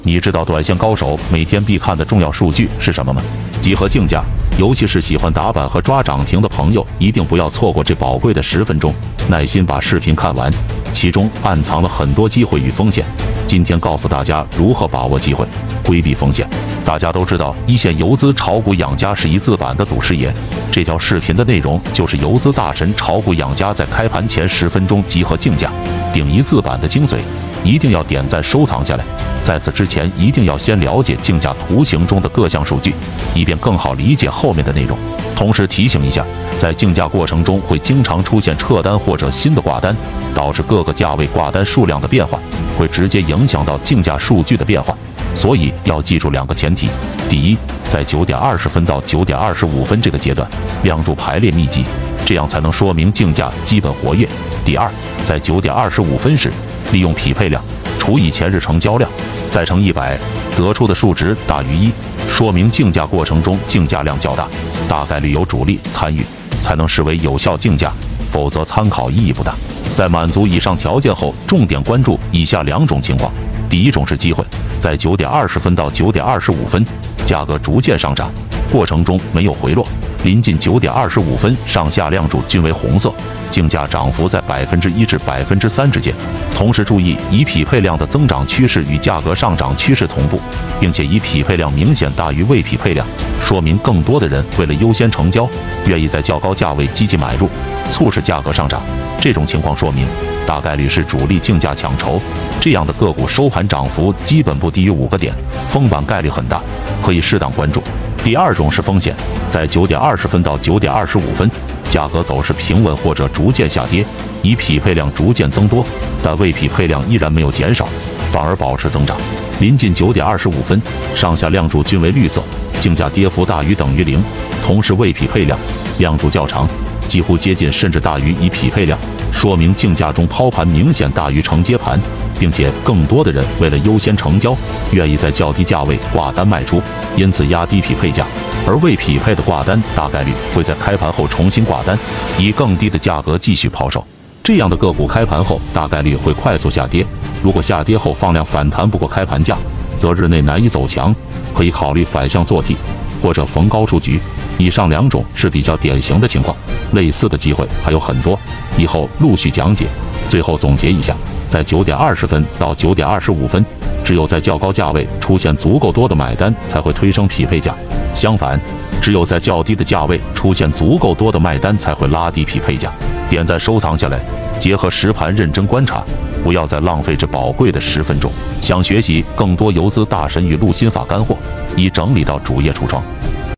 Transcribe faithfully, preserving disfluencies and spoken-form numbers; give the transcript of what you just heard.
你知道短线高手每天必看的重要数据是什么吗？集合竞价，尤其是喜欢打板和抓涨停的朋友，一定不要错过这宝贵的十分钟，耐心把视频看完，其中暗藏了很多机会与风险。今天告诉大家如何把握机会，规避风险。大家都知道，一线游资炒股养家是一字板的祖师爷。这条视频的内容就是游资大神炒股养家在开盘前十分钟集合竞价，顶一字板的精髓，一定要点赞收藏下来。在此之前，一定要先了解竞价图形中的各项数据，以便更好理解后面的内容。同时提醒一下，在竞价过程中会经常出现撤单或者新的挂单，导致各个价位挂单数量的变化，会直接影响到竞价数据的变化。所以要记住两个前提：第一，在九点二十分到九点二十五分这个阶段，量柱排列密集，这样才能说明竞价基本活跃；第二，在九点二十五分时，利用匹配量除以前日成交量，再乘一百，得出的数值大于一，说明竞价过程中竞价量较大，大概率有主力参与，才能视为有效竞价，否则参考意义不大。在满足以上条件后，重点关注以下两种情况：第一种是机会，在九点二十分到九点二十五分，价格逐渐上涨，过程中没有回落，临近九点二十五分，上下量柱均为红色，竞价涨幅在百分之一至百分之三之间。同时注意，以匹配量的增长趋势与价格上涨趋势同步，并且以匹配量明显大于未匹配量，说明更多的人为了优先成交，愿意在较高价位积极买入，促使价格上涨。这种情况说明大概率是主力竞价抢筹，这样的个股收盘涨幅基本不低于五个点，封板概率很大，可以适当关注。第二种是风险，在九点二十分到九点二十五分，价格走势平稳或者逐渐下跌，以匹配量逐渐增多，但未匹配量依然没有减少，反而保持增长。临近九点二十五分，上下量柱均为绿色，竞价跌幅大于等于零，同时未匹配量量柱较长，几乎接近甚至大于已匹配量，说明竞价中抛盘明显大于承接盘，并且更多的人为了优先成交，愿意在较低价位挂单卖出，因此压低匹配价，而未匹配的挂单大概率会在开盘后重新挂单，以更低的价格继续抛售。这样的个股开盘后大概率会快速下跌，如果下跌后放量反弹不过开盘价，则日内难以走强，可以考虑反向做 T 或者逢高出局。以上两种是比较典型的情况，类似的机会还有很多，以后陆续讲解。最后总结一下，在九点二十分到九点二十五分，只有在较高价位出现足够多的买单才会推升匹配价，相反，只有在较低的价位出现足够多的卖单才会拉低匹配价。点赞收藏下来，结合实盘认真观察，不要再浪费这宝贵的十分钟。想学习更多游资大神与陆心法干货，已整理到主页橱窗。